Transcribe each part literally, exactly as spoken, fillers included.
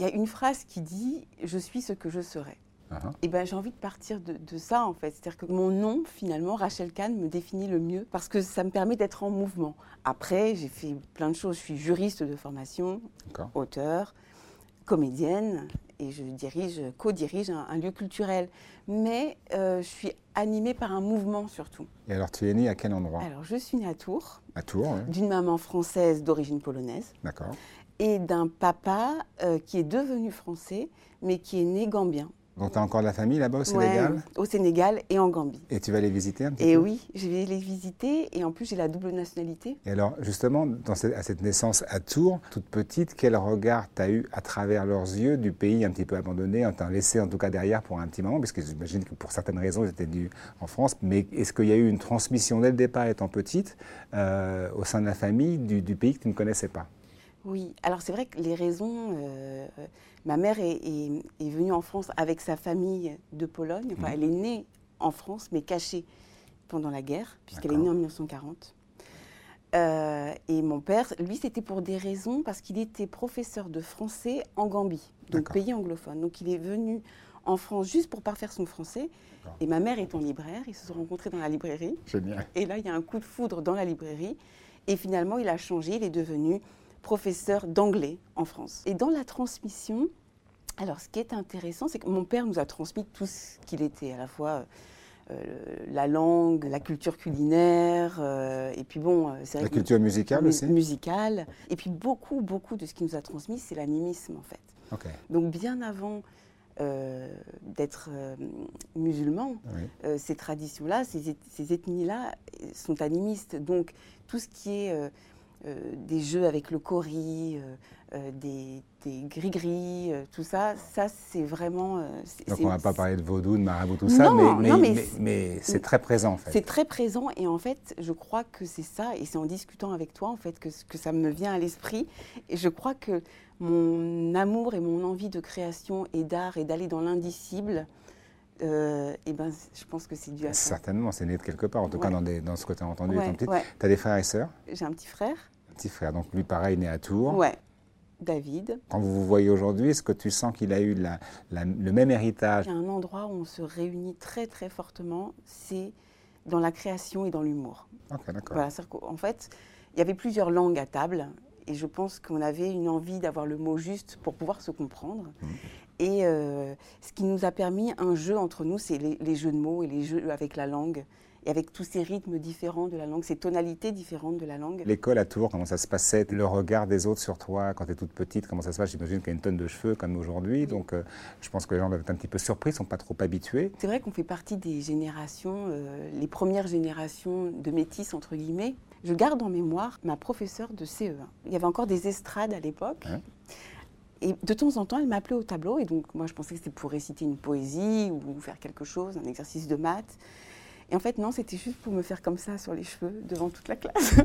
y a une phrase qui dit « Je suis ce que je serai ». Uh-huh. Et ben, j'ai envie de partir de, de ça, en fait. C'est-à-dire que mon nom, finalement, Rachel Kahn, me définit le mieux parce que ça me permet d'être en mouvement. Après, j'ai fait plein de choses. Je suis juriste de formation, D'accord. auteur, comédienne, et je dirige, co-dirige un, un lieu culturel. Mais euh, je suis animée par un mouvement, surtout. Et alors, tu es née à quel endroit? Alors, je suis née à Tours. À Tours, oui. D'une maman française d'origine polonaise. D'accord. Et d'un papa euh, qui est devenu français, mais qui est né gambien. Donc, tu as encore de la famille là-bas au Sénégal? Ouais, au Sénégal et en Gambie. Et tu vas les visiter un petit et peu? Et oui, je vais les visiter. Et en plus, j'ai la double nationalité. Et alors, justement, dans cette, à cette naissance à Tours, toute petite, quel regard tu as eu à travers leurs yeux du pays un petit peu abandonné, en t'en laissé en tout cas derrière pour un petit moment, parce que j'imagine que pour certaines raisons, ils étaient venus en France. Mais est-ce qu'il y a eu une transmission dès le départ, étant petite, euh, au sein de la famille, du, du pays que tu ne connaissais pas? Oui, alors c'est vrai que les raisons... Euh, ma mère est, est, est venue en France avec sa famille de Pologne. Enfin, mmh. Elle est née en France, mais cachée pendant la guerre, puisqu'elle D'accord. est née en mille neuf cent quarante. Euh, et mon père, lui, c'était pour des raisons, parce qu'il était professeur de français en Gambie, donc D'accord. pays anglophone. Donc il est venu en France juste pour parfaire son français. D'accord. Et ma mère étant libraire, ils se sont rencontrés dans la librairie. Génial. Et là, il y a un coup de foudre dans la librairie. Et finalement, il a changé, il est devenu... professeur d'anglais en France. Et dans la transmission, alors ce qui est intéressant, c'est que mon père nous a transmis tout ce qu'il était, à la fois euh, la langue, la culture culinaire, euh, et puis bon... C'est vrai la culture musicale aussi musicale. Et puis beaucoup, beaucoup de ce qu'il nous a transmis, c'est l'animisme en fait. Okay. Donc bien avant euh, d'être euh, musulman, oui. euh, ces traditions-là, ces, ces ethnies-là sont animistes. Donc tout ce qui est... Euh, Euh, des jeux avec le kori, euh, euh, des, des gris-gris, euh, tout ça, ça c'est vraiment... Euh, c'est, Donc c'est, on ne va pas parler de vaudou, de marabout, tout ça, non, mais, non, mais, mais, mais, mais c'est très présent en fait. C'est très présent et en fait je crois que c'est ça, et c'est en discutant avec toi en fait que, que ça me vient à l'esprit. Et je crois que mon amour et mon envie de création et d'art et d'aller dans l'indicible, Euh, et ben, je pense que c'est dû à ça. Certainement, c'est né de quelque part, en tout ouais. cas dans, des, dans ce que tu as entendu ouais, étant petite. Ouais. Tu as des frères et sœurs? J'ai un petit frère. Un petit frère, donc lui pareil, né à Tours. Ouais, David. Quand vous vous voyez aujourd'hui, est-ce que tu sens qu'il a eu la, la, le même héritage? Il y a un endroit où on se réunit très très fortement, c'est dans la création et dans l'humour. Ok, d'accord. Voilà, c'est-à-dire qu'en fait, il y avait plusieurs langues à table, et je pense qu'on avait une envie d'avoir le mot juste pour pouvoir se comprendre. Mmh. Et euh, ce qui nous a permis un jeu entre nous, c'est les, les jeux de mots et les jeux avec la langue, et avec tous ces rythmes différents de la langue, ces tonalités différentes de la langue. L'école à Tours, comment ça se passait? Le regard des autres sur toi quand tu es toute petite, comment ça se passe? J'imagine qu'il y a une tonne de cheveux comme aujourd'hui, oui. donc euh, je pense que les gens doivent être un petit peu surpris, ne sont pas trop habitués. C'est vrai qu'on fait partie des générations, euh, les premières générations de métis, entre guillemets. Je garde en mémoire ma professeure de C E un. Il y avait encore des estrades à l'époque. Hein? Et de temps en temps, elle m'appelait au tableau. Et donc, moi, je pensais que c'était pour réciter une poésie ou faire quelque chose, un exercice de maths. Et en fait, non, c'était juste pour me faire comme ça sur les cheveux devant toute la classe.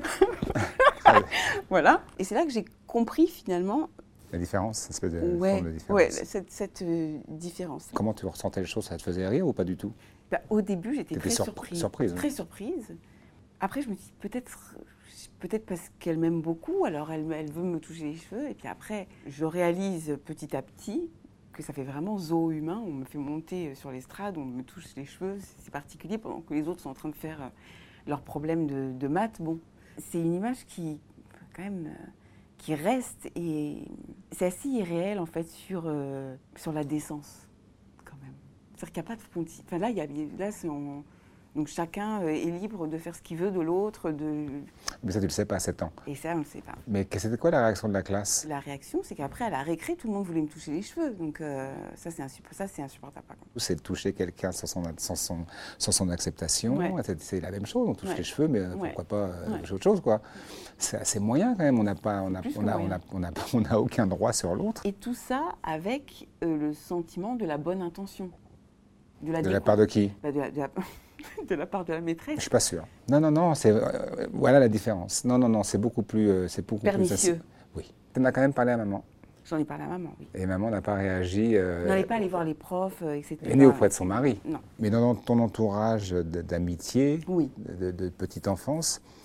Voilà. Et c'est là que j'ai compris, finalement... La différence, cette espèce de ouais, forme de différence. Oui, cette, cette euh, différence. Comment tu ressentais les choses? Ça te faisait rire ou pas du tout? Bah, au début, j'étais T'étais très sur, surprise. surprise. Très surprise. Après, je me dis peut-être... Peut-être parce qu'elle m'aime beaucoup, alors elle, elle veut me toucher les cheveux. Et puis après, je réalise petit à petit que ça fait vraiment zoo humain. On me fait monter sur l'estrade, on me touche les cheveux. C'est particulier pendant que les autres sont en train de faire leurs problèmes de, de maths. Bon, c'est une image qui, quand même, qui reste. Et c'est assez irréel, en fait, sur, euh, sur la décence, quand même. C'est-à-dire qu'il n'y a pas de frontière. Enfin, là, il y a, là c'est en... Donc chacun est libre de faire ce qu'il veut de l'autre. De... Mais ça, tu ne le sais pas à sept ans. Et ça, on ne le sait pas. Mais c'était quoi la réaction de la classe? La réaction, c'est qu'après, à la récré, tout le monde voulait me toucher les cheveux. Donc euh, ça, c'est insup... insupportable. C'est de toucher quelqu'un sans son, sans son, sans son acceptation. Ouais. C'est, c'est la même chose, on touche ouais. les cheveux, mais ouais. pourquoi pas euh, ouais. autre chose, quoi. C'est assez moyen quand même, on n'a pas, on a, on a, on a, on a, on a aucun droit sur l'autre. Et tout ça avec euh, le sentiment de la bonne intention. De la, de la part de qui? Bah, de la, de la... de la part de la maîtresse. Je suis pas sûr. Non, non, non, c'est euh, voilà la différence. Non, non, non, c'est beaucoup plus, euh, c'est beaucoup pernicieux. Plus oui. Tu en as quand même parlé à maman. J'en ai parlé à maman, oui. Et maman n'a pas réagi. Euh, Elle n'allait pas aller voir les profs, euh, et cetera. Elle est née auprès de son mari. Non. Mais dans ton entourage d'amitié, oui. de, de petite enfance,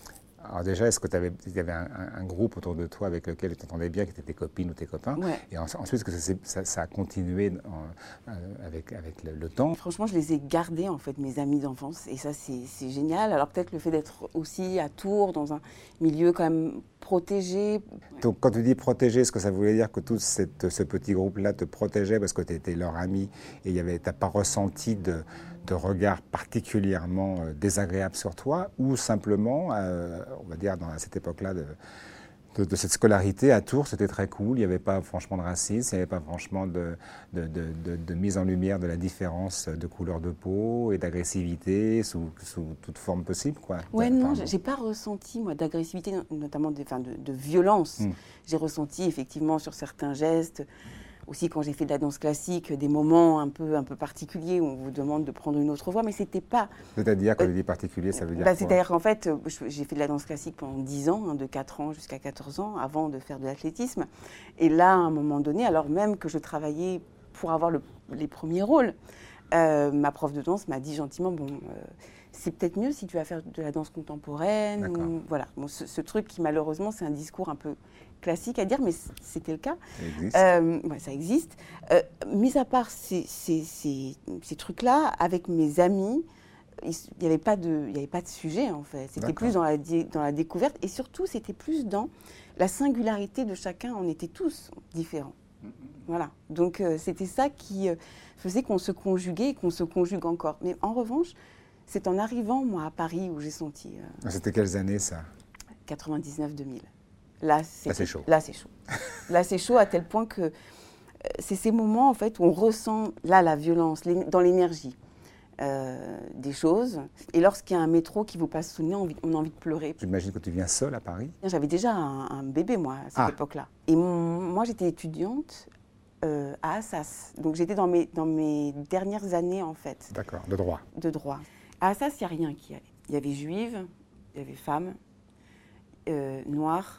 Alors déjà, est-ce que tu avais, il y avait un, un, un groupe autour de toi avec lequel tu t'entendais bien, qui étaient tes copines ou tes copains? Ouais. Et en, ensuite, est-ce que ça, ça, ça a continué en, euh, avec, avec le, le temps? Franchement, je les ai gardés, en fait, mes amis d'enfance. Et ça, c'est génial. Alors peut-être le fait d'être aussi à Tours, dans un milieu quand même protégé. Donc quand tu dis protégé, est-ce que ça voulait dire que tout cette, ce petit groupe-là te protégeait parce que tu étais leur ami et tu n'as pas ressenti de, de regard particulièrement euh, désagréable sur toi, ou simplement, euh, on va dire, dans, à cette époque-là de, de, de cette scolarité, à Tours, c'était très cool, il n'y avait pas franchement de racisme, il n'y avait pas franchement de, de, de, de, de mise en lumière de la différence de couleur de peau et d'agressivité sous, sous toute forme possible, quoi. Ouais, non, j'ai pas ressenti, moi, d'agressivité, notamment de, enfin, de, de violence. Mm. J'ai ressenti, effectivement, sur certains gestes, aussi quand j'ai fait de la danse classique, des moments un peu, un peu particuliers où on vous demande de prendre une autre voie, mais c'était pas... C'est-à-dire, quand euh, tu dis particulier, ça veut dire bah, c'est-à-dire qu'en fait, j'ai fait de la danse classique pendant dix ans, hein, de quatre ans jusqu'à quatorze ans, avant de faire de l'athlétisme. Et là, à un moment donné, alors même que je travaillais pour avoir le, les premiers rôles, euh, ma prof de danse m'a dit gentiment, bon, euh, c'est peut-être mieux si tu vas faire de la danse contemporaine. Ou, voilà, bon, ce, ce truc qui, malheureusement, c'est un discours un peu classique à dire, mais c'était le cas. Ça existe. Euh, ouais, ça existe. Euh, mis à part ces, ces, ces, ces trucs-là, avec mes amis, il n'y avait pas de, il n'y avait pas de sujet, en fait. C'était plus dans la, dans la découverte, et surtout, c'était plus dans la singularité de chacun. On était tous différents. Mm-hmm. Voilà. Donc, euh, c'était ça qui euh, faisait qu'on se conjuguait et qu'on se conjugue encore. Mais en revanche, c'est en arrivant, moi, à Paris, où j'ai senti... Euh, C'était quelles années, ça? quatre-vingt-dix-neuf deux mille. Là, c'est chaud. Là, c'est chaud. Là, c'est chaud à tel point que euh, c'est ces moments, en fait, où on ressent, là, la violence, dans l'énergie euh, des choses. Et lorsqu'il y a un métro qui vous passe sous le nez, on, on a envie de pleurer. J'imagine que tu viens seule à Paris? J'avais déjà un, un bébé, moi, à cette ah. époque-là. Et mon, moi, j'étais étudiante euh, à Assas. Donc, j'étais dans mes, dans mes dernières années, en fait. D'accord, de droit. De droit. À Assas, il n'y a rien qui allait. Il y avait juives, il y avait femmes, euh, noires,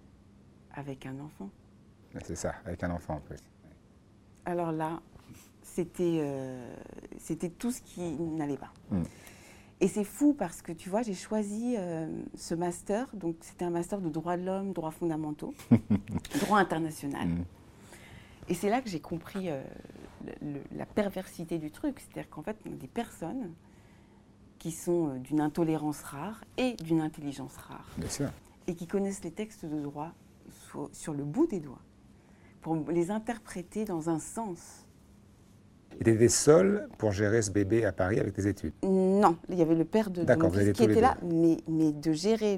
avec un enfant. C'est ça, avec un enfant en plus. Alors là, c'était euh, c'était tout ce qui n'allait pas. Mm. Et c'est fou parce que, tu vois, j'ai choisi euh, ce master. Donc, c'était un master de droit de l'homme, droits fondamentaux, droit international. Mm. Et c'est là que j'ai compris euh, le, le, la perversité du truc. C'est-à-dire qu'en fait, on a des personnes qui sont euh, d'une intolérance rare et d'une intelligence rare. Bien sûr. Et qui connaissent les textes de droit sur, sur le bout des doigts, pour les interpréter dans un sens. Et tu étais seule pour gérer ce bébé à Paris avec tes études? Non, il y avait le père de, de mon fils qui était là, mais, mais de gérer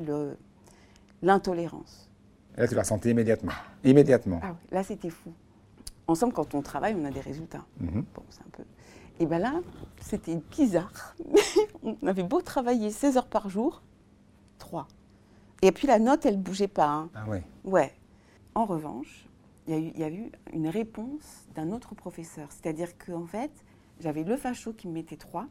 l'intolérance. Là, tu l'as ressenti immédiatement. Immédiatement. Ah oui, là, c'était fou. Ensemble, quand on travaille, on a des résultats. Mm-hmm. Bon, c'est un peu... Et bien là, c'était bizarre. On avait beau travailler seize heures par jour, trois. Et puis la note, elle ne bougeait pas. Hein. Ah oui? Ouais. En revanche, il y, y a eu une réponse d'un autre professeur. C'est-à-dire qu'en fait, j'avais le facho qui me mettait trois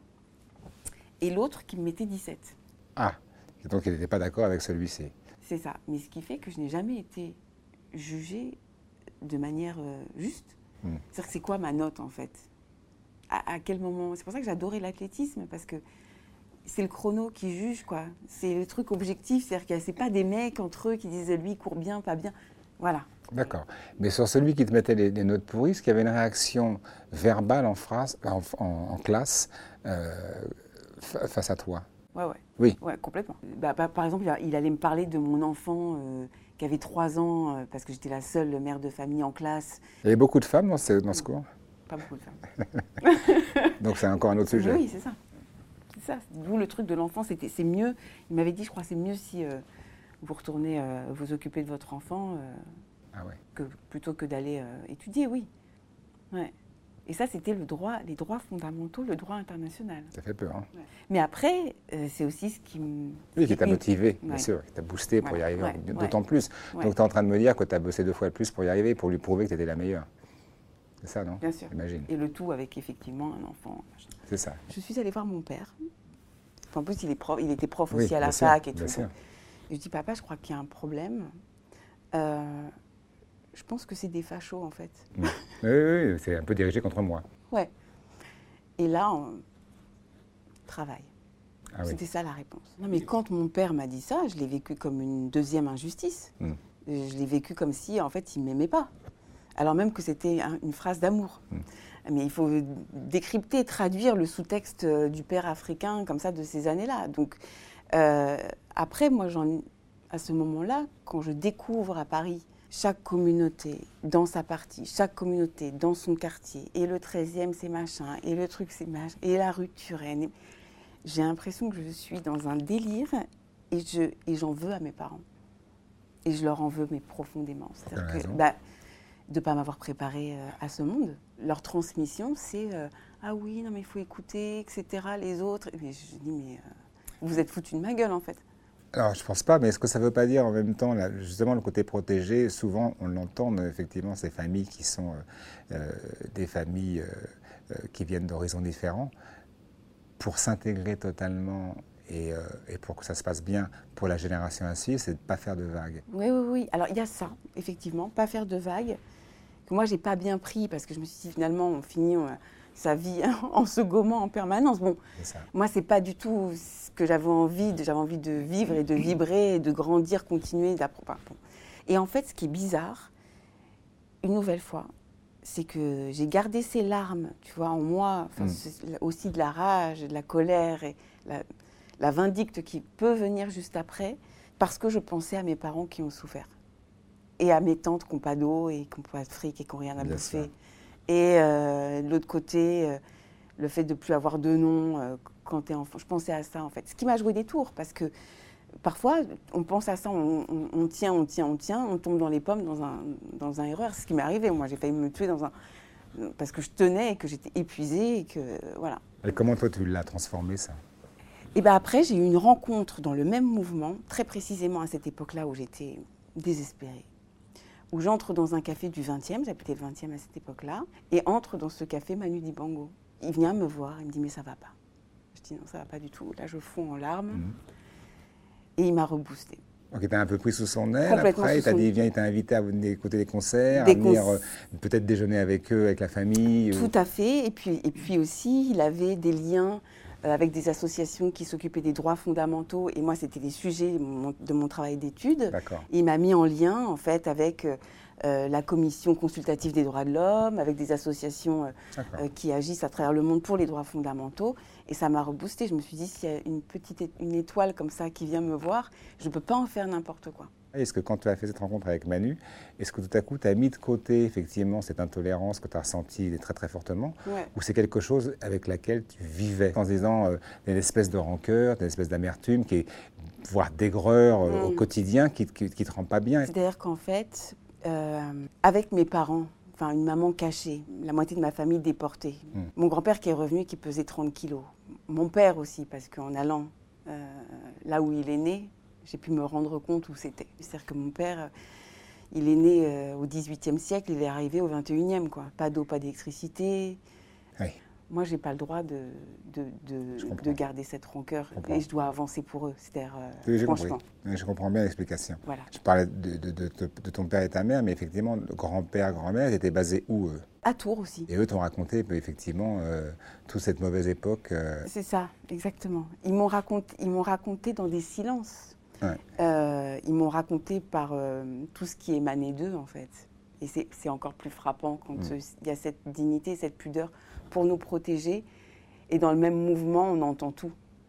et l'autre qui me mettait dix-sept. Ah, et donc il n'était pas d'accord avec celui-ci. C'est ça. Mais ce qui fait que je n'ai jamais été jugée de manière euh, juste. Hmm. C'est-à-dire que c'est quoi ma note, en fait? à, à quel moment? C'est pour ça que j'adorais l'athlétisme, parce que c'est le chrono qui juge, quoi. C'est le truc objectif, c'est-à-dire que c'est pas des mecs entre eux qui disent lui il court bien, pas bien. Voilà. D'accord. Mais sur celui qui te mettait les, les notes pourries, est-ce qu'il y avait une réaction verbale en, phrase, en, en, en classe euh, face à toi? Ouais, ouais. Oui. Ouais, complètement. Bah, bah, par exemple, il allait me parler de mon enfant euh, qui avait trois ans, euh, parce que j'étais la seule mère de famille en classe. Il y avait beaucoup de femmes dans ce, dans ce cours? Pas beaucoup de femmes. Donc c'est encore un autre sujet. Oui, c'est ça. C'est ça. D'où le truc de l'enfant, c'était, c'est mieux. Il m'avait dit, je crois, c'est mieux si euh, vous retournez euh, vous occuper de votre enfant euh, ah ouais. que, plutôt que d'aller euh, étudier, oui. Ouais. Et ça, c'était le droit, les droits fondamentaux, le droit international. Ça fait peur, hein. Ouais. Mais après, euh, c'est aussi ce qui me... Oui, qui t'a motivé, ouais. Bien sûr, qui t'a boosté pour ouais. y arriver, ouais. d'autant ouais. plus. Ouais. Donc tu es en train de me dire que tu as bossé deux fois le plus pour y arriver, pour lui prouver que tu étais la meilleure. C'est ça, non? Bien sûr. J'imagine. Et le tout avec effectivement un enfant. C'est ça. Je suis allée voir mon père. Enfin, en plus, il, est prof, il était prof oui, aussi à la sûr, fac et tout. Sûr. Et je dis, papa, je crois qu'il y a un problème. Euh, je pense que c'est des fachos, en fait. Oui, oui, oui, c'est un peu dirigé contre moi. Ouais. Et là, on travaille. Ah oui. C'était ça la réponse. Non, mais quand mon père m'a dit ça, je l'ai vécu comme une deuxième injustice. Mm. Je l'ai vécu comme si, en fait, il ne m'aimait pas. Alors même que c'était un, une phrase d'amour. Mm. Mais il faut décrypter, traduire le sous-texte du père africain comme ça de ces années-là. Donc, euh, après, moi, j'en, à ce moment-là, quand je découvre à Paris chaque communauté dans sa partie, chaque communauté dans son quartier, et le treizième, c'est machin, et le truc, c'est machin, et la rue de Turenne, j'ai l'impression que je suis dans un délire et, je, et j'en veux à mes parents. Et je leur en veux, mais profondément. C'est-à-dire que, bah, de ne pas m'avoir préparée euh, à ce monde. Leur transmission, c'est euh, « Ah oui, non mais il faut écouter, et cetera, les autres. » Mais je dis « Mais euh, vous êtes foutus de ma gueule, en fait. » Alors, je ne pense pas, mais est-ce que ça ne veut pas dire en même temps, là, justement, le côté protégé, souvent, on l'entend, effectivement, ces familles qui sont euh, euh, des familles euh, euh, qui viennent d'horizons différents, pour s'intégrer totalement et, euh, et pour que ça se passe bien pour la génération à suivre, c'est de ne pas faire de vagues. Oui, oui, oui. Alors, il y a ça, effectivement, pas faire de vagues, que moi, je n'ai pas bien pris, parce que je me suis dit, finalement, on finit on, sa vie en se gommant en permanence. Bon, ça. Moi, ce n'est pas du tout ce que j'avais envie. De, j'avais envie de vivre et de vibrer, et de grandir, continuer, d'apprendre. Bon. Et en fait, ce qui est bizarre, une nouvelle fois, c'est que j'ai gardé ces larmes, tu vois, en moi, enfin, mm. aussi de la rage, de la colère et la, la vindicte qui peut venir juste après, parce que je pensais à mes parents qui ont souffert. Et à mes tantes qui n'ont pas d'eau et qui n'ont pas de fric et qui n'ont rien à bouffer. Et euh, de l'autre côté, euh, le fait de ne plus avoir de nom euh, quand tu es enfant. Je pensais à ça, en fait. Ce qui m'a joué des tours, parce que parfois, on pense à ça, on, on, on tient, on tient, on tient, on tombe dans les pommes dans un, dans un erreur. C'est ce qui m'est arrivé. Moi, j'ai failli me tuer dans un... parce que je tenais et que j'étais épuisée et que... Voilà. Et comment toi, tu l'as transformé, ça ? Et bien après, j'ai eu une rencontre dans le même mouvement, très précisément à cette époque-là où j'étais désespérée, où j'entre dans un café du vingtième, j'habitais le vingtième à cette époque-là, et entre dans ce café Manu Dibango. Il vient me voir, il me dit « mais ça va pas ». Je dis « non, ça va pas du tout ». Là, je fonds en larmes. Mmh. Et il m'a reboosté. Donc il t'a un peu pris sous son aile, après il t'a son... dit, viens, il t'a invité à venir écouter des concerts, des à venir cons... euh, peut-être déjeuner avec eux, avec la famille. Tout ou... à fait, et puis, et puis aussi il avait des liens euh, avec des associations qui s'occupaient des droits fondamentaux, et moi c'était des sujets de mon, de mon travail d'études. D'accord. Il m'a mis en lien en fait avec euh, la commission consultative des droits de l'homme, avec des associations euh, euh, qui agissent à travers le monde pour les droits fondamentaux. Et ça m'a reboosté. Je me suis dit, s'il y a une petite une étoile comme ça qui vient me voir, je ne peux pas en faire n'importe quoi. Est-ce que quand tu as fait cette rencontre avec Manu, est-ce que tout à coup tu as mis de côté effectivement cette intolérance que tu as ressentie très très fortement, ouais. ou c'est quelque chose avec laquelle tu vivais en se disant euh, une espèce de rancœur, une espèce d'amertume, qui est, voire d'aigreur euh, mm. au quotidien qui ne qui, qui te rend pas bien? C'est-à-dire qu'en fait, euh, avec mes parents, enfin une maman cachée, la moitié de ma famille déportée. Mmh. Mon grand-père qui est revenu qui pesait trente kilos. Mon père aussi, parce qu'en allant euh, là où il est né, j'ai pu me rendre compte où c'était. C'est-à-dire que mon père, il est né euh, au dix-huitième siècle, il est arrivé au vingt et unième, quoi. Pas d'eau, pas d'électricité. Oui. Moi, je n'ai pas le droit de, de, de, de garder cette rancœur je et je dois avancer pour eux. C'est-à-dire, euh, oui, franchement. Compris. Je comprends bien l'explication. Voilà. Je parlais de, de, de, de ton père et ta mère, mais effectivement, le grand-père, grand-mère, ils étaient basés où, eux? À Tours aussi. Et eux t'ont raconté, effectivement, euh, toute cette mauvaise époque. Euh... C'est ça, exactement. Ils m'ont raconté, ils m'ont raconté dans des silences. Ouais. Euh, ils m'ont raconté par euh, tout ce qui émanait d'eux, en fait. Et c'est, c'est encore plus frappant quand il mmh. y a cette dignité, cette pudeur pour nous protéger. Et dans le même mouvement, on entend tout.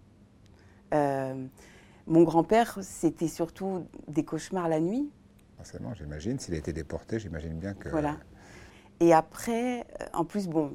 Euh, mon grand-père, c'était surtout des cauchemars la nuit. Forcément, j'imagine. S'il a été déporté, j'imagine bien que... Voilà. Et après, en plus, bon,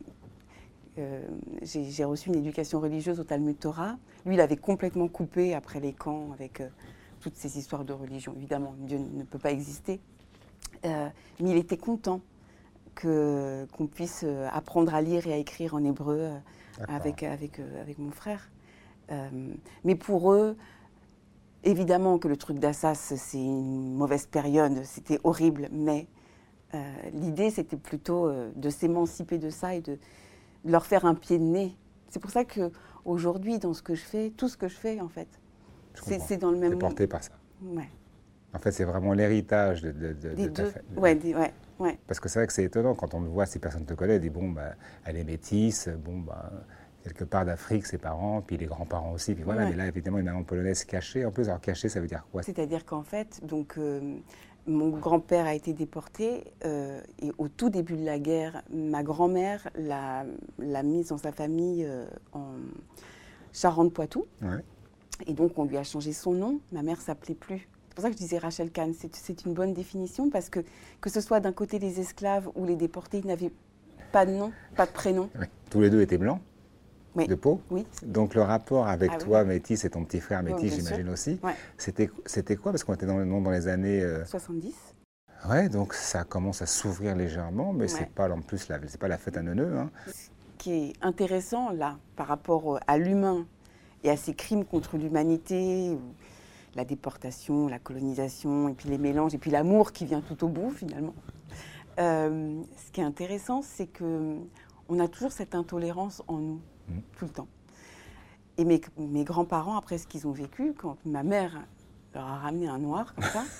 euh, j'ai, j'ai reçu une éducation religieuse au Talmud Torah. Lui, il avait complètement coupé après les camps avec euh, toutes ces histoires de religion. Évidemment, Dieu ne peut pas exister. Euh, mais il était content que, qu'on puisse apprendre à lire et à écrire en hébreu euh, avec, avec, euh, avec mon frère. Euh, mais pour eux, évidemment que le truc d'Assas, c'est une mauvaise période, c'était horrible, mais euh, l'idée, c'était plutôt euh, de s'émanciper de ça et de, de leur faire un pied de nez. C'est pour ça qu'aujourd'hui, dans ce que je fais, tout ce que je fais, en fait, c'est, c'est dans le même... C'est porté par ça. Ouais. En fait, c'est vraiment l'héritage de, de, de, des de ta deux. famille. Ouais, des, ouais, ouais. Parce que c'est vrai que c'est étonnant quand on le voit, si personne ne te connaît, on dit bon, bah, elle est métisse, bon, bah, quelque part d'Afrique, ses parents, puis les grands-parents aussi. Puis voilà, Ouais. mais là, évidemment, une maman polonaise cachée. En plus, alors cachée, ça veut dire quoi? C'est-à-dire qu'en fait, donc, euh, mon grand-père a été déporté euh, et au tout début de la guerre, ma grand-mère l'a, l'a mise dans sa famille euh, en Charente-Poitou. Ouais. Et donc, on lui a changé son nom. Ma mère s'appelait plus. C'est pour ça que je disais Rachel Kahn. C'est, c'est une bonne définition parce que, que ce soit d'un côté les esclaves ou les déportés, ils n'avaient pas de nom, pas de prénom. Oui. Tous les deux étaient blancs, Oui. de peau. Oui. Donc le rapport avec Ah oui. toi, Métis, et ton petit frère Oui, Métis, bien j'imagine sûr. aussi, Ouais. c'était, c'était quoi? Parce qu'on était dans, le- dans les années... euh, soixante-dix. Ouais, donc ça commence à s'ouvrir légèrement, mais Ouais. c'est pas en plus la, c'est pas la fête à neuneux. Hein. Ce qui est intéressant là, par rapport à l'humain et à ces crimes contre l'humanité, ou la déportation, la colonisation, et puis les mélanges, et puis l'amour qui vient tout au bout finalement. Euh, ce qui est intéressant, c'est que on a toujours cette intolérance en nous, Mmh. tout le temps. Et mes, mes grands-parents, après ce qu'ils ont vécu, quand ma mère leur a ramené un noir comme ça,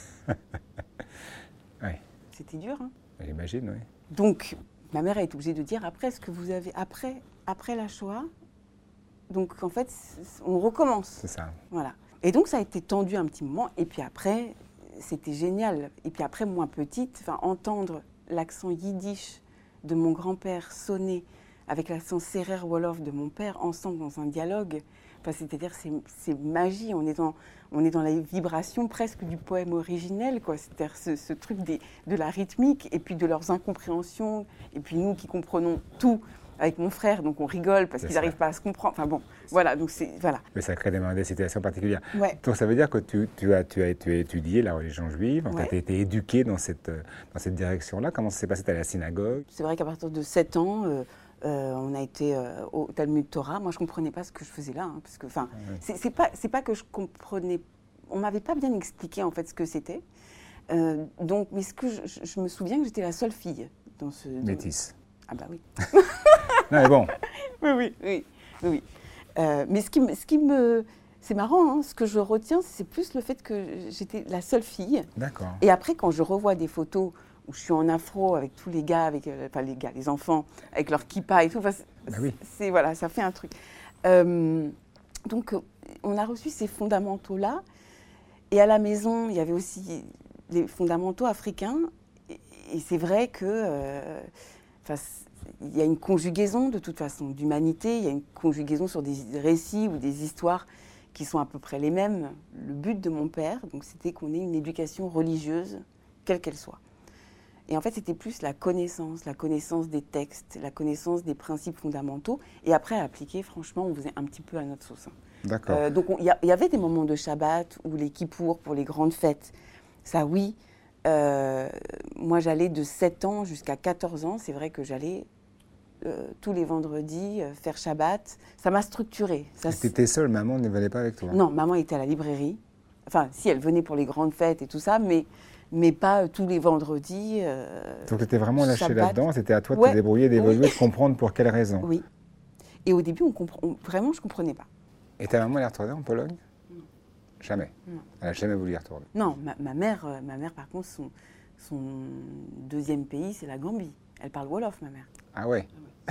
Ouais, c'était dur. Hein. j'imagine, oui. Donc, ma mère a été obligée de dire après ce que vous avez après, après la Shoah. Donc, en fait, c- on recommence. C'est ça. Voilà. Et donc, ça a été tendu un petit moment. Et puis après, c'était génial. Et puis après, moins petite, enfin, entendre l'accent yiddish de mon grand-père sonner avec l'accent Serer Wolof de mon père ensemble dans un dialogue. Enfin, c'est-à-dire, c'est, c'est magie. On est dans, on est dans la vibration presque du poème originel, quoi. C'est-à-dire ce, ce truc des, de la rythmique et puis de leurs incompréhensions. Et puis nous qui comprenons tout avec mon frère, donc on rigole parce C'est qu'ils ça. n'arrivent pas à se comprendre. Enfin bon, voilà. Donc c'est voilà. Mais ça crée des, des situations particulières. Ouais. Donc ça veut dire que tu, tu, as, tu, as, tu as étudié la religion juive, Ouais. tu as été éduqué dans cette, euh, dans cette direction-là. Comment ça s'est passé? Tu allé à la synagogue? C'est vrai qu'à partir de sept ans, euh, euh, on a été euh, au Talmud Torah. Moi, je ne comprenais pas ce que je faisais là, hein, parce que, enfin, Ouais. c'est, c'est pas, c'est pas que je comprenais. On m'avait pas bien expliqué en fait ce que c'était. Euh, donc, mais ce que je, je- je me souviens que j'étais la seule fille dans ce. dans- Métis. Ah bah oui. Non mais bon, Oui, oui, oui, oui. oui. Euh, mais ce qui, me- ce qui me, c'est marrant. Hein, ce que je retiens, c'est plus le fait que j'étais la seule fille. d'accord. Et après, quand je revois des photos où je suis en afro avec tous les gars, avec, euh, enfin les gars, les enfants, avec leur kippa et tout, enfin, c'est, Bah oui. c'est- voilà, ça fait un truc. Euh, donc, euh, on a reçu ces fondamentaux-là. Et à la maison, il y avait aussi les fondamentaux africains. Et, et c'est vrai que, euh, enfin, c'est- il y a une conjugaison de toute façon d'humanité. Il y a une conjugaison sur des récits ou des histoires qui sont à peu près les mêmes. Le but de mon père, donc, c'était qu'on ait une éducation religieuse, quelle qu'elle soit. Et en fait, c'était plus la connaissance, la connaissance des textes, la connaissance des principes fondamentaux. Et après, à appliquer, franchement, on faisait un petit peu à notre sauce. hein. D'accord. Euh, donc, on- il y, a- il y avait des moments de Shabbat ou les Kippour pour les grandes fêtes. Ça, oui. Euh, moi, j'allais de sept ans jusqu'à quatorze ans. C'est vrai que j'allais euh, tous les vendredis euh, faire Shabbat. Ça m'a structurée. Ça, Tu étais seule, maman ne venait pas avec toi? non, maman était à la librairie. Enfin, si, elle venait pour les grandes fêtes et tout ça, mais, mais pas euh, tous les vendredis. euh, Donc tu étais vraiment lâché Shabbat. là-dedans, c'était à toi de Ouais. te débrouiller, d'évoluer, Oui. de comprendre pour quelles raisons. Oui. Et au début, on comprend, on- vraiment, je ne comprenais pas. Et ta maman, elle est retournée en Pologne? Non. Jamais. Non. Elle n'a jamais voulu y retourner. Non, ma, ma mère, euh, ma mère, par contre, son, son deuxième pays, c'est la Gambie. Elle parle Wolof, ma mère. Ah ouais.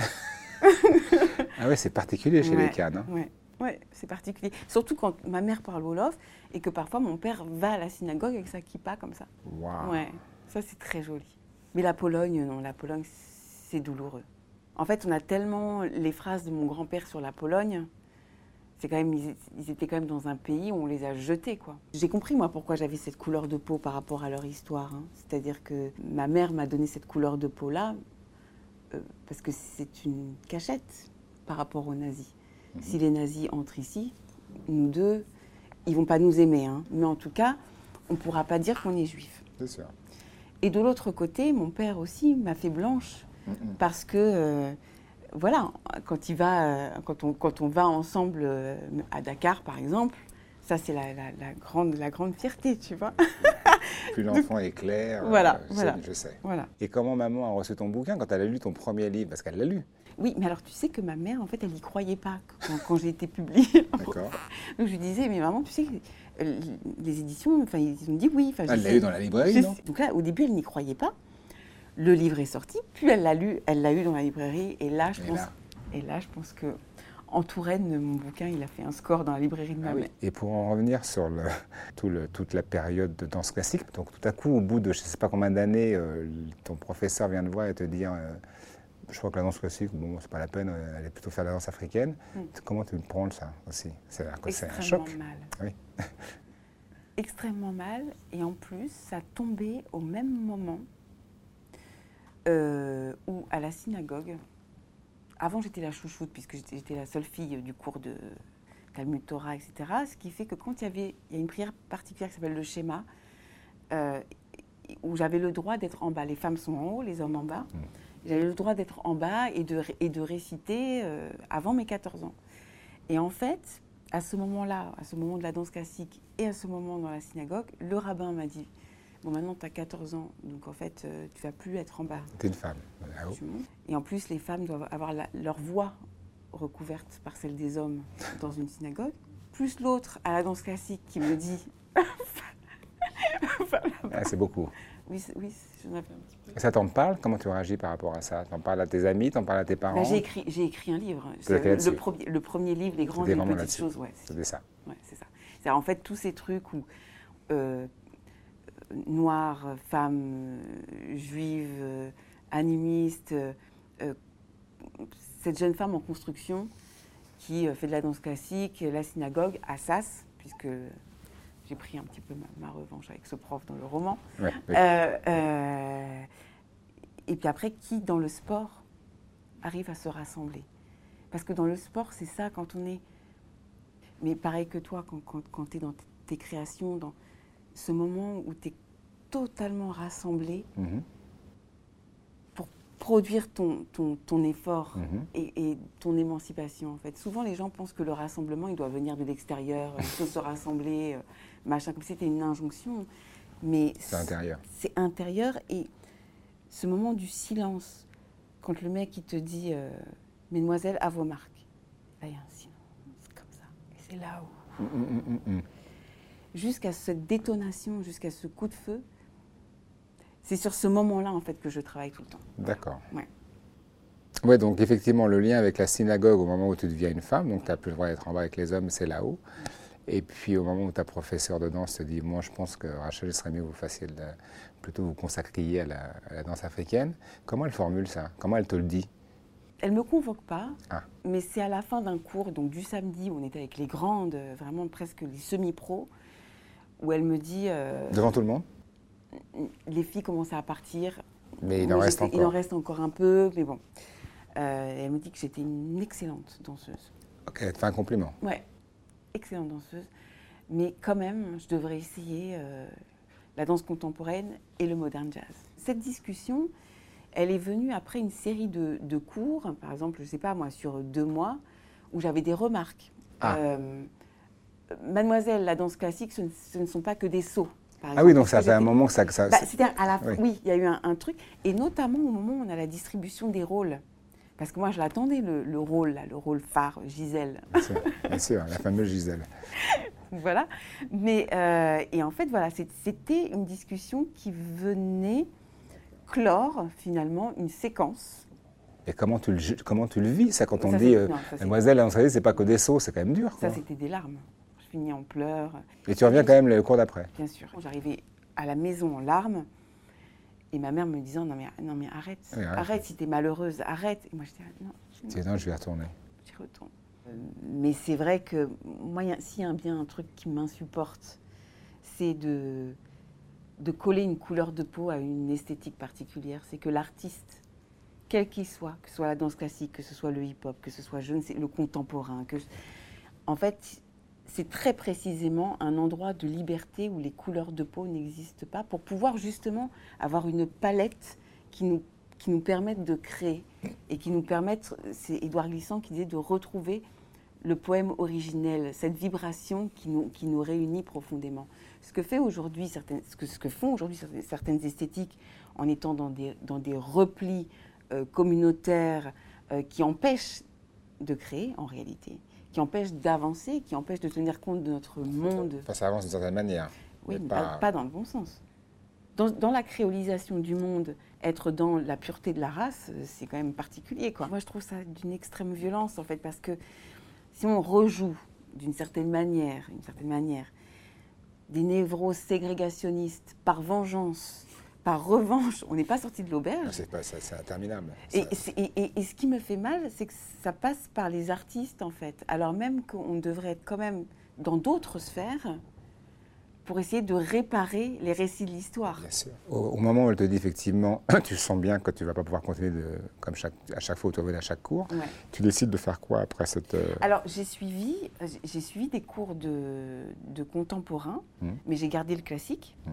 Ah ouais, c'est particulier chez Ouais, les Cannes. Hein. Ouais, ouais, c'est particulier. Surtout quand ma mère parle Wolof et que parfois mon père va à la synagogue avec sa kippa comme ça. Waouh. Ouais, ça c'est très joli. Mais la Pologne, non, la Pologne, c'est douloureux. En fait, on a tellement les phrases de mon grand-père sur la Pologne. C'est quand même, ils, ils étaient quand même dans un pays où on les a jetés, quoi. J'ai compris, moi, pourquoi j'avais cette couleur de peau par rapport à leur histoire. hein. C'est-à-dire que ma mère m'a donné cette couleur de peau-là euh, parce que c'est une cachette par rapport aux nazis. Mhm. Si les nazis entrent ici, nous deux, ils vont pas nous aimer. hein. Mais en tout cas, on ne pourra pas dire qu'on est juif. C'est sûr. Et de l'autre côté, mon père aussi m'a fait blanche Mhm. parce que, euh, voilà, quand, il va, euh, quand, on, quand on va ensemble euh, à Dakar, par exemple, ça c'est la, la- la grande, la grande fierté, tu vois. Plus l'enfant est clair, Voilà, euh, je, voilà. sais, je sais. Voilà. Et comment maman a reçu ton bouquin quand elle a lu ton premier livre? Parce qu'elle l'a lu. Oui, mais alors tu sais que ma mère, en fait, elle n'y croyait pas quand, quand j'ai été publiée. D'accord. Donc je lui disais, mais maman, tu sais, que, euh, les éditions, enfin, ils ont dit oui. Enfin, je Elle l'a sais- lu dans la librairie, je non? sais. Donc là, au début, elle n'y croyait pas. Le livre est sorti, puis elle l'a lu, elle l'a eu dans la librairie, et là, je Et pense, là et là, je pense que, En Touraine, mon bouquin, il a fait un score dans la librairie de ma Ah mère. oui. Et pour en revenir sur le, tout le, toute la période de danse classique, donc tout à coup, au bout de je ne sais pas combien d'années, euh, ton professeur vient te voir et te dire euh, je crois que la danse classique, bon, c'est pas la peine, euh, allez plutôt faire la danse africaine. Mm. Comment tu le prends ça aussi? C'est un choc. Mal. Oui. Extrêmement mal. Et en plus, ça tombait au même moment euh, où, à la synagogue, avant j'étais la chouchoute, puisque j'étais la seule fille du cours de Talmud Torah, et cetera. Ce qui fait que quand il y avait il y a une prière particulière qui s'appelle le Shema, euh, où j'avais le droit d'être en bas. Les femmes sont en haut, les hommes en bas. Mmh. J'avais le droit d'être en bas et de, et de réciter euh, avant mes quatorze ans. Et en fait, à ce moment-là, à ce moment de la danse classique et à ce moment dans la synagogue, le rabbin m'a dit « Bon, maintenant, tu as quatorze ans, donc en fait, euh, tu ne vas plus être en bas. » Tu es une femme. Ah, et en plus, les femmes doivent avoir la, leur voix recouverte par celle des hommes dans une synagogue. Plus l'autre à la danse classique qui me dit ah, c'est beaucoup. Oui, oui, j'en avais un petit peu. Ça t'en parle? Comment tu réagis par rapport à ça? T'en parles à tes amis? T'en parles à tes parents? Bah, j'ai écrit, j'ai écrit un livre. Le, le, premier, le premier livre, Les grandes et les petites choses. Ouais, c'était ça. Ouais, c'est ça. C'est en fait tous ces trucs où euh, noires, femmes, euh, juives, euh, animistes, euh, euh, cette jeune femme en construction qui euh, fait de la danse classique, la synagogue, Assas, puisque j'ai pris un petit peu ma, ma revanche avec ce prof dans le roman. Ouais, oui. euh, euh, et puis après, qui dans le sport arrive à se rassembler? Parce que dans le sport, c'est ça, quand on est... Mais pareil que toi, quand, quand, quand tu es dans tes créations, dans ce moment où tu es totalement rassemblé mm-hmm. pour produire ton, ton, ton effort mm-hmm. et, et ton émancipation, en fait. Souvent, les gens pensent que le rassemblement, il doit venir de l'extérieur, il faut se rassembler, euh, machin, comme si c'était une injonction. Mais c'est intérieur. C'est intérieur, et ce moment du silence, quand le mec, il te dit euh, « Mesdemoiselles, à vos marques », là, il y a un silence. C'est là où, mmh, mmh, mmh. jusqu'à cette détonation, jusqu'à ce coup de feu, c'est sur ce moment-là, en fait, que je travaille tout le temps. D'accord. Ouais. Ouais, donc effectivement, le lien avec la synagogue, au moment où tu deviens une femme, donc tu n'as plus le droit d'être en bas avec les hommes, c'est là-haut. Et puis au moment où ta professeure de danse te dit, moi je pense que Rachel, il serait mieux que vous fassiez de, plutôt vous consacriez à la, à la danse africaine. Comment elle formule ça? Comment elle te le dit? Elle ne me convoque pas, ah. mais c'est à la fin d'un cours, donc du samedi, où on était avec les grandes, vraiment presque les semi-pros, où elle me dit... Euh, Devant tout le monde? Les filles commençaient à partir. Mais il en reste encore. Il en reste encore un peu, mais bon. Euh, elle me dit que j'étais une excellente danseuse. Ok, elle te fait un compliment. Ouais, excellente danseuse. Mais quand même, je devrais essayer euh, la danse contemporaine et le modern jazz. Cette discussion... Elle est venue après une série de, de cours, par exemple, je ne sais pas moi, sur deux mois, où j'avais des remarques. Ah. Euh, Mademoiselle, la danse classique, ce ne, ce ne sont pas que des sauts. Par exemple, ah oui, donc ça fait un moment que ça... ça bah, c'est-à-dire, à la fin, oui, oui, il y a eu un, un truc, et notamment au moment où on a la distribution des rôles. Parce que moi, je l'attendais, le, le rôle, là, le rôle phare, Gisèle. Bien sûr, bien sûr, la fameuse Gisèle. Voilà. Mais, euh, et en fait, voilà, c'était une discussion qui venait... clore finalement une séquence. Et comment tu le, comment tu le vis, ça, quand on ça, dit euh, « Mademoiselle, vous savez, c'est pas que des sauts, c'est quand même dur. » Ça, c'était des larmes. Je finis en pleurs. Et tu reviens quand même le cours d'après? Bien sûr. J'arrivais à la maison en larmes, et ma mère me disant « Non mais, non, mais arrête, oui, arrête, arrête, si t'es malheureuse, arrête. » Et moi, je disais « Non, tu dis, non, je vais y retourner. » J'y retourne. Euh, mais c'est vrai que moi, s'il y a bien un truc qui m'insupporte, c'est de... de coller une couleur de peau à une esthétique particulière. C'est que l'artiste, quel qu'il soit, que ce soit la danse classique, que ce soit le hip-hop, que ce soit je ne sais, le contemporain, que, en fait, c'est très précisément un endroit de liberté où les couleurs de peau n'existent pas, pour pouvoir justement avoir une palette qui nous, qui nous permette de créer et qui nous permette, c'est Édouard Glissant qui disait, de retrouver le poème originel, cette vibration qui nous, qui nous réunit profondément. Ce que, fait aujourd'hui certaines, ce que, ce que font aujourd'hui certaines, certaines esthétiques en étant dans des, dans des replis euh, communautaires euh, qui empêchent de créer en réalité, qui empêchent d'avancer, qui empêchent de tenir compte de notre monde. Enfin, ça avance d'une certaine manière. Oui, mais pas... pas dans le bon sens. Dans, dans la créolisation du monde, être dans la pureté de la race, c'est quand même particulier, quoi. Moi, je trouve ça d'une extrême violence, en fait, parce que si on rejoue d'une certaine manière, une certaine manière, des névroses ségrégationnistes par vengeance, par revanche, on n'est pas sorti de l'auberge. C'est pas, c'est interminable. Et, et, et, et ce qui me fait mal, c'est que ça passe par les artistes, en fait. Alors même qu'on devrait être quand même dans d'autres sphères pour essayer de réparer les récits de l'histoire. Bien sûr. Au, au moment où elle te dit effectivement, tu sens bien que tu ne vas pas pouvoir continuer de, comme chaque, à chaque fois où tu revenais à chaque cours, ouais. Tu décides de faire quoi après cette... Euh... Alors j'ai suivi, j'ai suivi des cours de, de contemporain, mmh. mais j'ai gardé le classique. Mmh.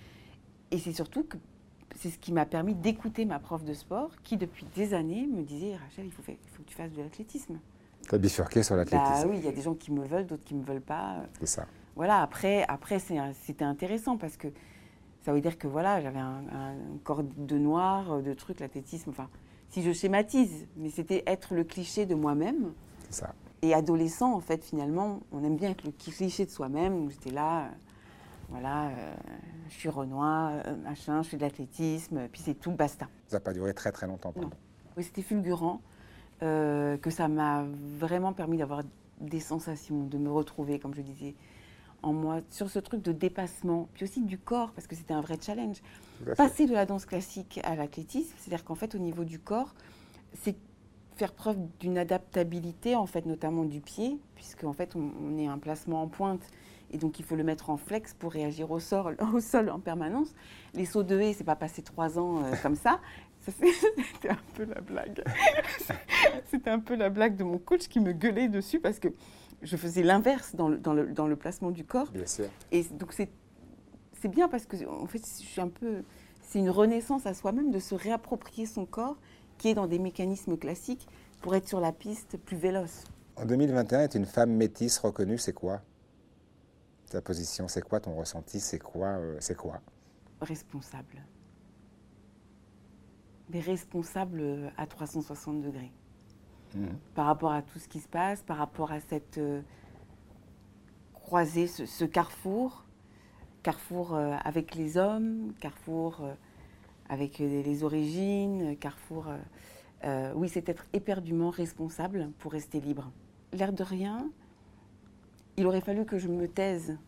Et c'est surtout que c'est ce qui m'a permis d'écouter ma prof de sport qui, depuis des années, me disait « Rachel, il faut, faire, il faut que tu fasses de l'athlétisme. » Tu as bifurqué sur l'athlétisme. Bah oui, il y a des gens qui me veulent, d'autres qui ne me veulent pas. C'est ça. Voilà, après, après c'était intéressant parce que ça veut dire que voilà, j'avais un, un corps de noir, de trucs, l'athlétisme, enfin, si je schématise, mais c'était être le cliché de moi-même. C'est ça. Et adolescent, en fait, finalement, on aime bien être le cliché de soi-même. J'étais là, euh, voilà, euh, je suis Renoir, euh, machin, je fais de l'athlétisme, puis c'est tout, basta. Ça n'a pas duré très très longtemps. Non. Oui, c'était fulgurant, euh, que ça m'a vraiment permis d'avoir des sensations, de me retrouver, comme je disais, en moi, sur ce truc de dépassement, puis aussi du corps, parce que c'était un vrai challenge. Passer de la danse classique à l'athlétisme, c'est-à-dire qu'en fait, au niveau du corps, c'est faire preuve d'une adaptabilité, en fait, notamment du pied, puisqu'en fait, on, on est un placement en pointe, et donc il faut le mettre en flex pour réagir au sol, au sol en permanence. Les sauts de haie, c'est pas passer trois ans euh, comme ça. ça c'était un peu la blague. C'était un peu la blague de mon coach qui me gueulait dessus, parce que je faisais l'inverse dans le, dans, le, dans le placement du corps. Bien sûr. Et donc c'est, c'est bien parce que en fait, je suis un peu, c'est une renaissance à soi-même de se réapproprier son corps qui est dans des mécanismes classiques pour être sur la piste plus véloce. En deux mille vingt et un, être une femme métisse reconnue, c'est quoi? Ta position, c'est quoi ton ressenti? C'est quoi, euh, c'est quoi? Responsable. Mais responsable à trois cent soixante degrés. Mmh. Par rapport à tout ce qui se passe, par rapport à cette euh, croisée, ce, ce carrefour, carrefour euh, avec les hommes, carrefour euh, avec euh, les origines, carrefour... Euh, euh, oui, c'est être éperdument responsable pour rester libre. L'air de rien, il aurait fallu que je me taise.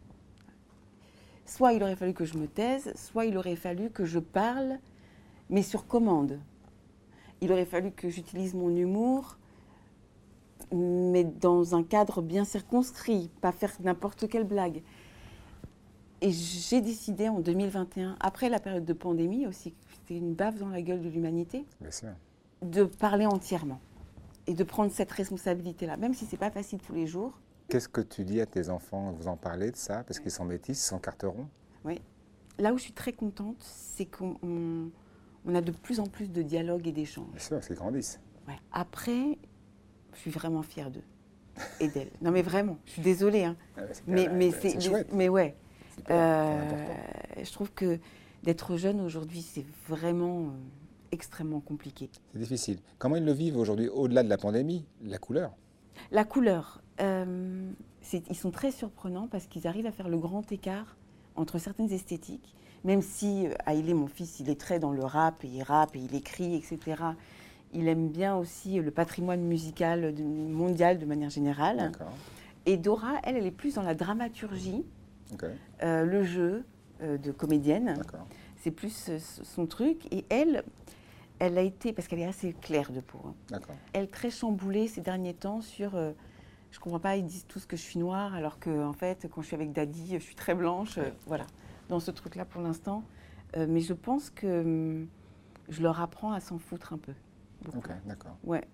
Soit il aurait fallu que je me taise, soit il aurait fallu que je parle, mais sur commande. Il aurait fallu que j'utilise mon humour, mais dans un cadre bien circonscrit, pas faire n'importe quelle blague. Et j'ai décidé en deux mille vingt et un, après la période de pandémie aussi, c'était une baffe dans la gueule de l'humanité, de parler entièrement et de prendre cette responsabilité-là, même si c'est pas facile tous les jours. Qu'est-ce que tu dis à tes enfants? Vous en parlez de ça? Parce qu'ils sont métis, ils sont carterons? Oui. Là où je suis très contente, c'est qu'on on, on a de plus en plus de dialogues et d'échanges. Bien sûr, parce qu'ils grandissent. Ouais. Après, je suis vraiment fière d'eux et d'elles. Non mais vraiment, je suis désolée. Hein. Ah c'est mais mais c'est, c'est, chouette. Mais ouais. C'est pas, euh, je trouve que d'être jeune aujourd'hui, c'est vraiment euh, extrêmement compliqué. C'est difficile. Comment ils le vivent aujourd'hui, au-delà de la pandémie? La couleur? La couleur, euh, c'est, ils sont très surprenants parce qu'ils arrivent à faire le grand écart entre certaines esthétiques, même si euh, Haïlé, mon fils, il est très dans le rap, et il rappe, et il écrit, et cetera. Il aime bien aussi le patrimoine musical de, mondial de manière générale. D'accord. Et Dora, elle, elle est plus dans la dramaturgie, okay. euh, le jeu euh, de comédienne. D'accord. C'est plus euh, son truc. Et elle... Elle a été, parce qu'elle est assez claire de peau, hein. D'accord. Elle très chamboulée ces derniers temps sur, euh, je comprends pas, ils disent tous que je suis noire, alors que en fait, quand je suis avec Daddy, je suis très blanche, euh, voilà, dans ce truc-là pour l'instant. Euh, mais je pense que euh, je leur apprends à s'en foutre un peu. Beaucoup. Ok, d'accord. Ouais.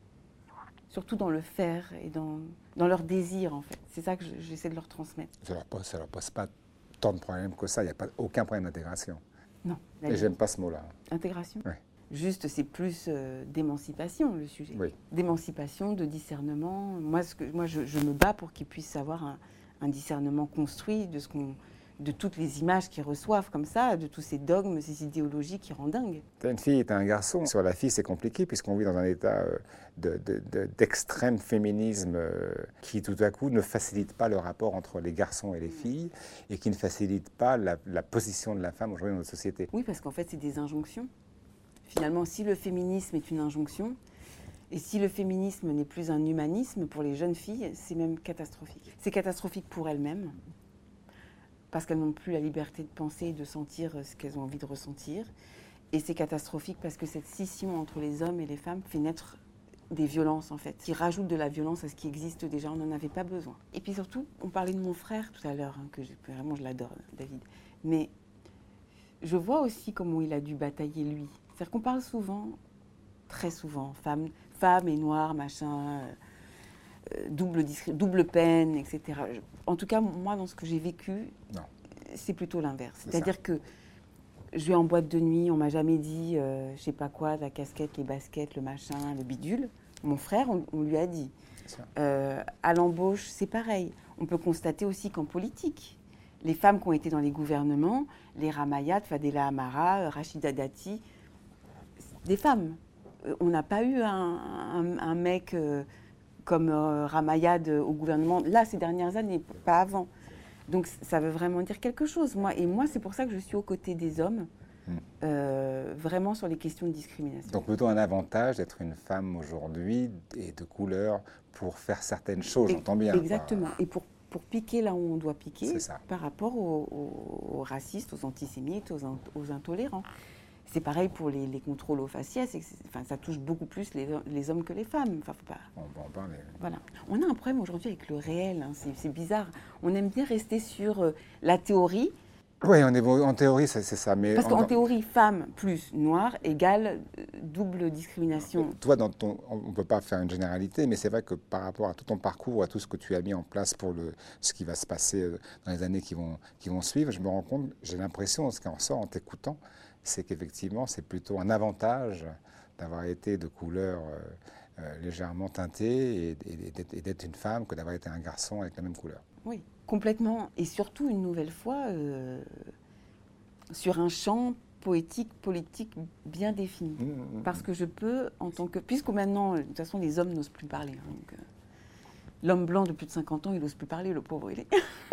Surtout dans le faire et dans, dans leur désir, en fait. C'est ça que je, j'essaie de leur transmettre. Ça leur pose, ça leur pose pas tant de problèmes que ça. Il n'y a pas aucun problème d'intégration. Non. Et j'aime pas ce mot-là. Intégration. Ouais. Juste, c'est plus euh, d'émancipation, le sujet. Oui. D'émancipation, de discernement. Moi, ce que, moi je, je me bats pour qu'ils puissent avoir un, un discernement construit de, ce qu'on, de toutes les images qu'ils reçoivent comme ça, de tous ces dogmes, ces idéologies qui rendent dingue. Tu as une fille et tu as un garçon. Sur la fille, c'est compliqué puisqu'on vit dans un état de, de, de, d'extrême féminisme qui, tout à coup, ne facilite pas le rapport entre les garçons et les filles et qui ne facilite pas la, la position de la femme aujourd'hui dans notre société. Oui, parce qu'en fait, c'est des injonctions. Finalement, si le féminisme est une injonction, Et si le féminisme n'est plus un humanisme, pour les jeunes filles, c'est même catastrophique. C'est catastrophique pour elles-mêmes, parce qu'elles n'ont plus la liberté de penser et de sentir ce qu'elles ont envie de ressentir. Et c'est catastrophique parce que cette scission entre les hommes et les femmes fait naître des violences, en fait, qui rajoutent de la violence à ce qui existe déjà. On n'en avait pas besoin. Et puis surtout, on parlait de mon frère tout à l'heure, hein, que je, vraiment je l'adore, David. Mais je vois aussi comment il a dû batailler, lui. C'est-à-dire qu'on parle souvent, très souvent, femme, femme et noire, machin, euh, double, double peine, et cetera. En tout cas, moi, dans ce que j'ai vécu, non. C'est plutôt l'inverse. C'est C'est-à-dire ça. que je vais en boîte de nuit, on m'a jamais dit, euh, je sais pas quoi, la casquette, les baskets, le machin, le bidule. Mon frère, on, on lui a dit. Euh, à l'embauche, c'est pareil. On peut constater aussi qu'en politique, les femmes qui ont été dans les gouvernements, les Ramayat, Fadela Amara, Rachida Dati, des femmes. On n'a pas eu un, un, un mec euh, comme euh, Ramayad au gouvernement, là, ces dernières années, pas avant. Donc ça veut vraiment dire quelque chose. Moi, et moi, c'est pour ça que je suis aux côtés des hommes, mmh. euh, vraiment sur les questions de discrimination. Donc plutôt un avantage d'être une femme aujourd'hui et de couleur pour faire certaines choses, et, j'entends bien. Exactement. Quoi. Et pour, pour piquer là où on doit piquer par rapport aux, aux, aux racistes, aux antisémites, aux, aux intolérants. C'est pareil pour les, les contrôles aux faciès. Enfin, ça touche beaucoup plus les, les hommes que les femmes. Enfin, faut pas... On va en parler. Voilà. On a un problème aujourd'hui avec le réel. Hein. C'est, c'est bizarre. On aime bien rester sur euh, la théorie. Oui, on est, en théorie, c'est, c'est ça. Mais Parce qu'en on... théorie, femme plus noire égale euh, double discrimination. Toi, dans ton, on ne peut pas faire une généralité, mais c'est vrai que par rapport à tout ton parcours, à tout ce que tu as mis en place pour le, ce qui va se passer dans les années qui vont, qui vont suivre, je me rends compte, j'ai l'impression, ce qui en sort en t'écoutant, c'est qu'effectivement, c'est plutôt un avantage d'avoir été de couleur euh, euh, légèrement teintée et, et, et d'être une femme que d'avoir été un garçon avec la même couleur. Oui, complètement. Et surtout, une nouvelle fois, euh, sur un champ poétique, politique bien défini. Mmh, mmh, Parce que je peux, en tant que... Puisque maintenant, de toute façon, les hommes n'osent plus parler. Hein, donc, euh, l'homme blanc de plus de cinquante ans, il n'ose plus parler, le pauvre, il est...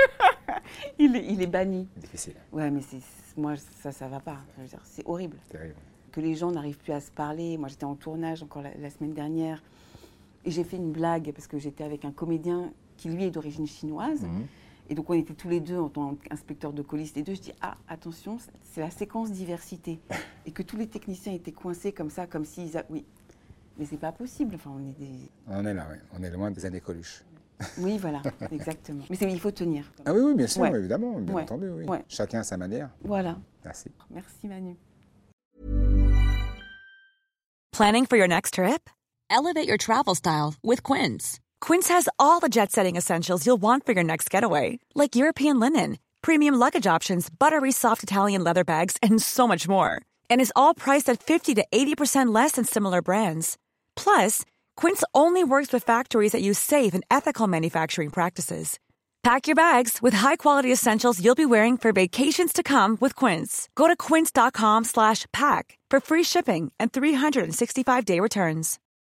il, est il est banni. Difficile. Ouais, mais c'est... Moi, ça, ça va pas. Je veux dire, c'est horrible. Terrible. Que les gens n'arrivent plus à se parler. Moi, j'étais en tournage encore la, la semaine dernière et j'ai fait une blague parce que j'étais avec un comédien qui, lui, est d'origine chinoise. Mmh. Et donc, on était tous les deux en tant qu'inspecteurs de police. Les deux, je dis, ah, attention, c'est la séquence diversité. Et que tous les techniciens étaient coincés comme ça, comme s'ils... A... Oui, mais c'est pas possible. Enfin, on est des... On est là, oui. On est loin des années Coluche. Oui, voilà, exactement. Mais c'est, il faut tenir. Ah oui, oui, bien sûr, ouais. évidemment, bien ouais. entendu, oui. Ouais. Chacun à sa manière. Voilà. Merci. Merci, Manu. Planning for your next trip? Elevate your travel style with Quince. Quince has all the jet-setting essentials you'll want for your next getaway, like European linen, premium luggage options, buttery soft Italian leather bags, and so much more. And is all priced at fifty to eighty percent less than similar brands. Plus, Quince only works with factories that use safe and ethical manufacturing practices. Pack your bags with high-quality essentials you'll be wearing for vacations to come with Quince. Go to quince dot com slash pack for free shipping and three sixty-five day returns.